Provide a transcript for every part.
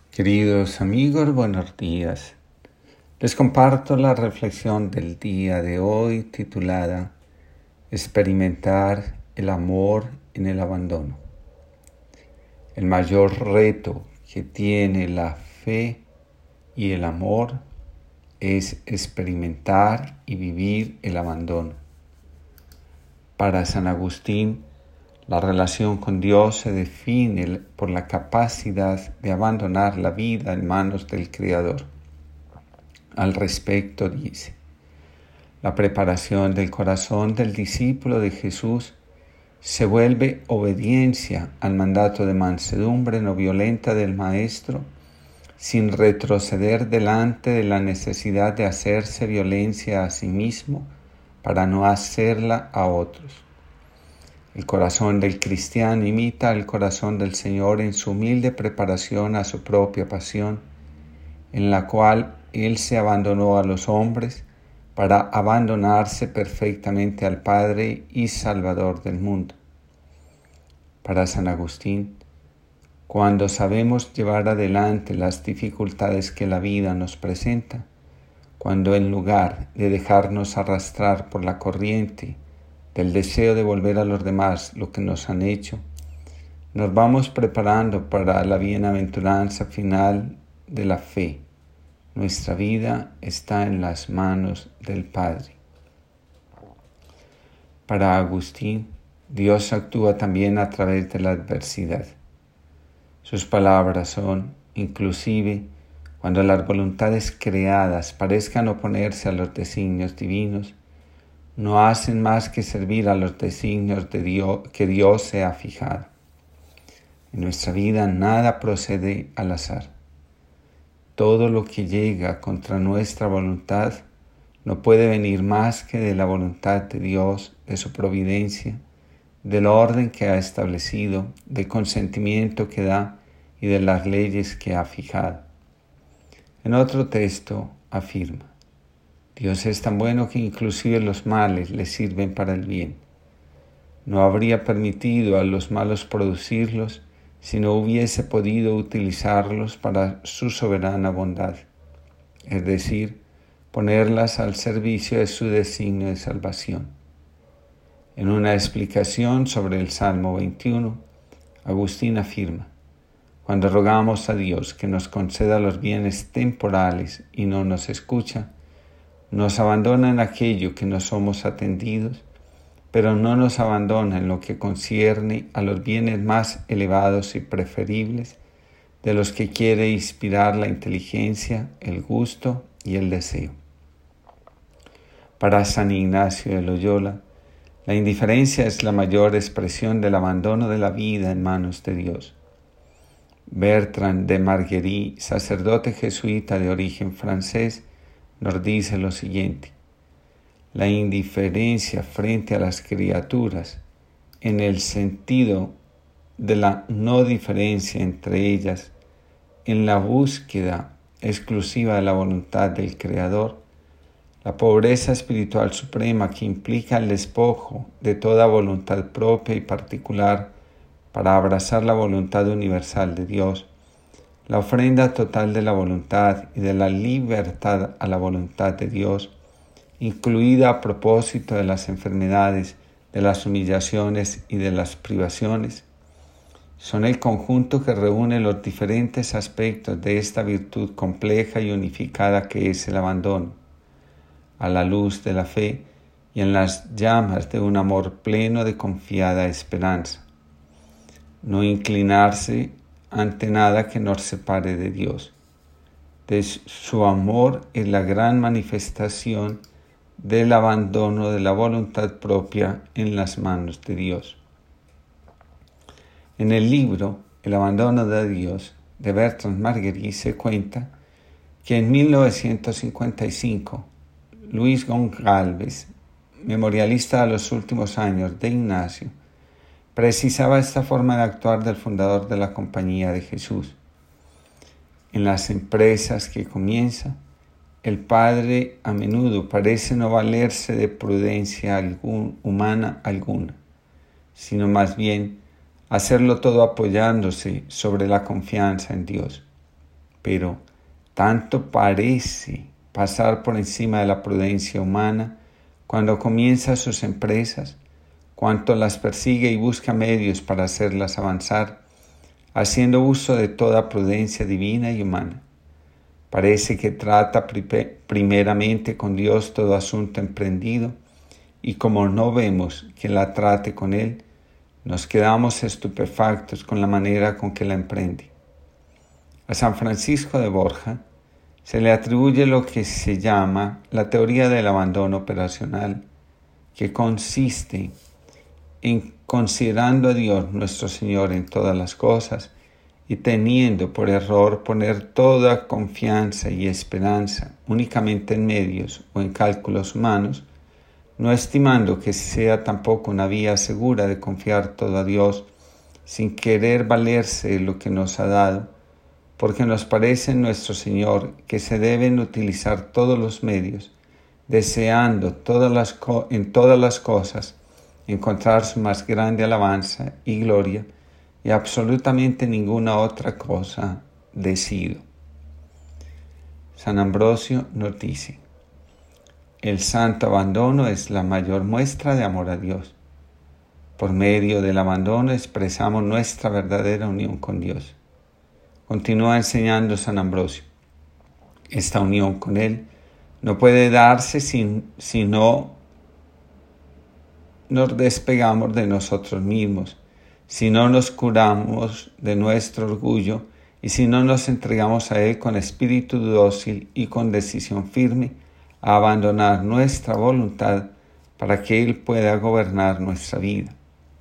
Queridos amigos, buenos días. Les comparto la reflexión del día de hoy titulada Experimentar el amor en el abandono. El mayor reto que tiene la fe y el amor es experimentar y vivir el abandono. Para San Agustín, la relación con Dios se define por la capacidad de abandonar la vida en manos del Creador. Al respecto dice: la preparación del corazón del discípulo de Jesús se vuelve obediencia al mandato de mansedumbre no violenta del Maestro, sin retroceder delante de la necesidad de hacerse violencia a sí mismo para no hacerla a otros. El corazón del cristiano imita al corazón del Señor en su humilde preparación a su propia pasión, en la cual Él se abandonó a los hombres para abandonarse perfectamente al Padre y Salvador del mundo. Para San Agustín, cuando sabemos llevar adelante las dificultades que la vida nos presenta, cuando en lugar de dejarnos arrastrar por la corriente del deseo de volver a los demás lo que nos han hecho, nos vamos preparando para la bienaventuranza final de la fe. Nuestra vida está en las manos del Padre. Para Agustín, Dios actúa también a través de la adversidad. Sus palabras son, inclusive, cuando las voluntades creadas parezcan oponerse a los designios divinos, no hacen más que servir a los designios de Dios que Dios se ha fijado. En nuestra vida nada procede al azar. Todo lo que llega contra nuestra voluntad no puede venir más que de la voluntad de Dios, de su providencia, del orden que ha establecido, del consentimiento que da y de las leyes que ha fijado. En otro texto afirma: Dios es tan bueno que inclusive los males le sirven para el bien. No habría permitido a los malos producirlos si no hubiese podido utilizarlos para su soberana bondad, es decir, ponerlas al servicio de su designio de salvación. En una explicación sobre el Salmo 21, Agustín afirma: cuando rogamos a Dios que nos conceda los bienes temporales y no nos escucha, nos abandona en aquello que no somos atendidos, pero no nos abandona en lo que concierne a los bienes más elevados y preferibles, de los que quiere inspirar la inteligencia, el gusto y el deseo. Para San Ignacio de Loyola, la indiferencia es la mayor expresión del abandono de la vida en manos de Dios. Bertrand de Marguerie, sacerdote jesuita de origen francés, nos dice lo siguiente: la indiferencia frente a las criaturas, en el sentido de la no diferencia entre ellas, en la búsqueda exclusiva de la voluntad del Creador, la pobreza espiritual suprema que implica el despojo de toda voluntad propia y particular para abrazar la voluntad universal de Dios, la ofrenda total de la voluntad y de la libertad a la voluntad de Dios, incluida a propósito de las enfermedades, de las humillaciones y de las privaciones, son el conjunto que reúne los diferentes aspectos de esta virtud compleja y unificada que es el abandono, a la luz de la fe y en las llamas de un amor pleno de confiada esperanza. No inclinarse ante nada que nos separe de Dios. De su amor es la gran manifestación del abandono de la voluntad propia en las manos de Dios. En el libro El abandono de Dios de Bertrand Marguerie se cuenta que en 1955 Luis Gonçalves, memorialista de los últimos años de Ignacio, precisaba esta forma de actuar del fundador de la Compañía de Jesús. En las empresas que comienza, el Padre a menudo parece no valerse de prudencia humana alguna, sino más bien hacerlo todo apoyándose sobre la confianza en Dios. pero tanto parece pasar por encima de la prudencia humana cuando comienza sus empresas, cuanto las persigue y busca medios para hacerlas avanzar, haciendo uso de toda prudencia divina y humana. Parece que trata primeramente con Dios todo asunto emprendido, y como no vemos que la trate con Él, nos quedamos estupefactos con la manera con que la emprende. A San Francisco de Borja se le atribuye lo que se llama la teoría del abandono operacional, que consiste en considerando a Dios nuestro Señor en todas las cosas y teniendo por error poner toda confianza y esperanza únicamente en medios o en cálculos humanos, no estimando que sea tampoco una vía segura de confiar todo a Dios sin querer valerse de lo que nos ha dado, porque nos parece en nuestro Señor que se deben utilizar todos los medios, deseando en todas las cosas encontrar su más grande alabanza y gloria, y absolutamente ninguna otra cosa decido. San Ambrosio nos dice: el santo abandono es la mayor muestra de amor a Dios. Por medio del abandono expresamos nuestra verdadera unión con Dios. Continúa enseñando San Ambrosio: esta unión con Él no puede darse si no nos despegamos de nosotros mismos, si no nos curamos de nuestro orgullo y si no nos entregamos a Él con espíritu dócil y con decisión firme a abandonar nuestra voluntad para que Él pueda gobernar nuestra vida.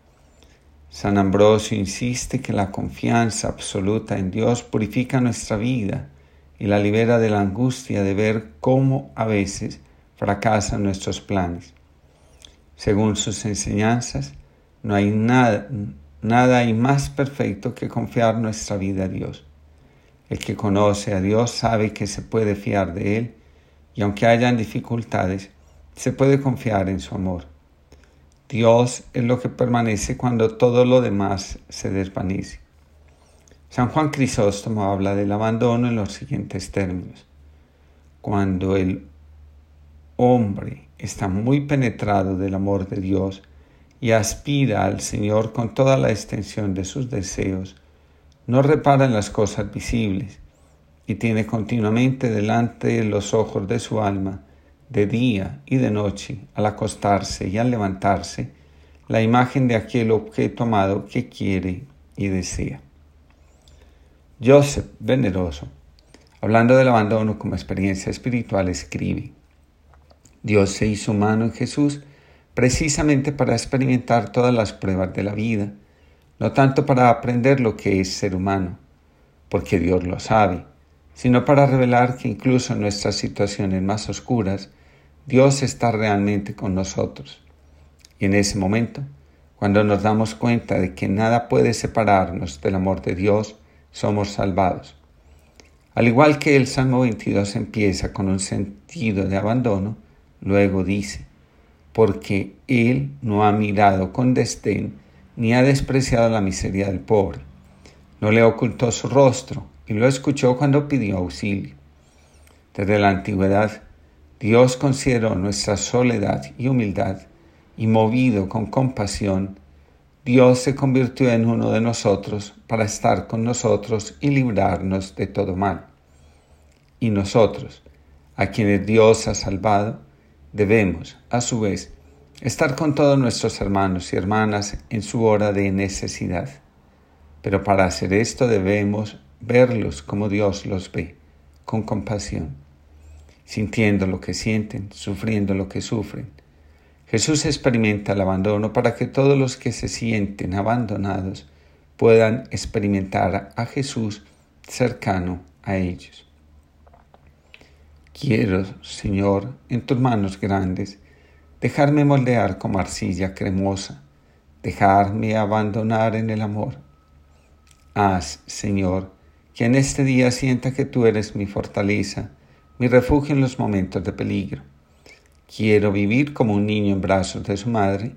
San Ambrosio insiste que la confianza absoluta en Dios purifica nuestra vida y la libera de la angustia de ver cómo a veces fracasan nuestros planes. Según sus enseñanzas, no hay nada hay más perfecto que confiar nuestra vida a Dios. El que conoce a Dios sabe que se puede fiar de Él, y aunque hayan dificultades, se puede confiar en su amor. Dios es lo que permanece cuando todo lo demás se desvanece. San Juan Crisóstomo habla del abandono en los siguientes términos: cuando el hombre está muy penetrado del amor de Dios y aspira al Señor con toda la extensión de sus deseos, no repara en las cosas visibles y tiene continuamente delante de los ojos de su alma, de día y de noche, al acostarse y al levantarse, la imagen de aquel objeto amado que quiere y desea. Joseph Veneroso, hablando del abandono como experiencia espiritual, escribe: Dios se hizo humano en Jesús precisamente para experimentar todas las pruebas de la vida, no tanto para aprender lo que es ser humano, porque Dios lo sabe, sino para revelar que incluso en nuestras situaciones más oscuras, Dios está realmente con nosotros. Y en ese momento, cuando nos damos cuenta de que nada puede separarnos del amor de Dios, somos salvados. Al igual que el Salmo 22 empieza con un sentido de abandono, luego dice: porque Él no ha mirado con desdén ni ha despreciado la miseria del pobre. No le ocultó su rostro y lo escuchó cuando pidió auxilio. Desde la antigüedad, Dios consideró nuestra soledad y humildad, y movido con compasión, Dios se convirtió en uno de nosotros para estar con nosotros y librarnos de todo mal. Y nosotros, a quienes Dios ha salvado, debemos, a su vez, estar con todos nuestros hermanos y hermanas en su hora de necesidad. Pero para hacer esto debemos verlos como Dios los ve, con compasión, sintiendo lo que sienten, sufriendo lo que sufren. Jesús experimenta el abandono para que todos los que se sienten abandonados puedan experimentar a Jesús cercano a ellos. Quiero, Señor, en tus manos grandes, dejarme moldear como arcilla cremosa, dejarme abandonar en el amor. Haz, Señor, que en este día sienta que tú eres mi fortaleza, mi refugio en los momentos de peligro. Quiero vivir como un niño en brazos de su madre,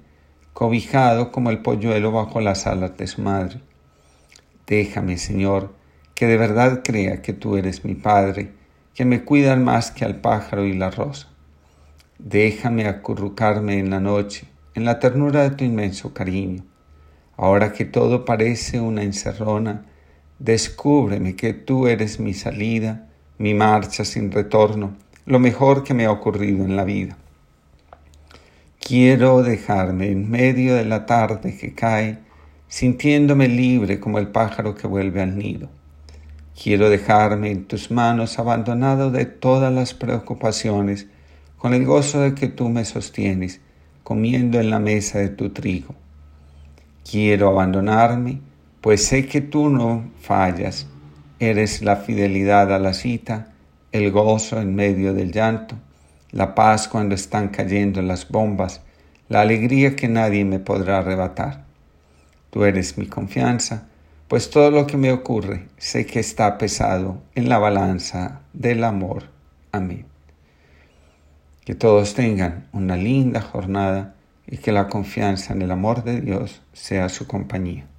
cobijado como el polluelo bajo las alas de su madre. Déjame, Señor, que de verdad crea que tú eres mi Padre, que me cuidas más que al pájaro y la rosa. Déjame acurrucarme en la noche, en la ternura de tu inmenso cariño. Ahora que todo parece una encerrona, descúbreme que tú eres mi salida, mi marcha sin retorno, lo mejor que me ha ocurrido en la vida. Quiero dejarme en medio de la tarde que cae, sintiéndome libre como el pájaro que vuelve al nido. Quiero dejarme en tus manos abandonado de todas las preocupaciones, con el gozo de que tú me sostienes, comiendo en la mesa de tu trigo. Quiero abandonarme, pues sé que tú no fallas. Eres la fidelidad a la cita, el gozo en medio del llanto, la paz cuando están cayendo las bombas, la alegría que nadie me podrá arrebatar. Tú eres mi confianza, pues todo lo que me ocurre sé que está pesado en la balanza del amor. Amén. Que todos tengan una linda jornada y que la confianza en el amor de Dios sea su compañía.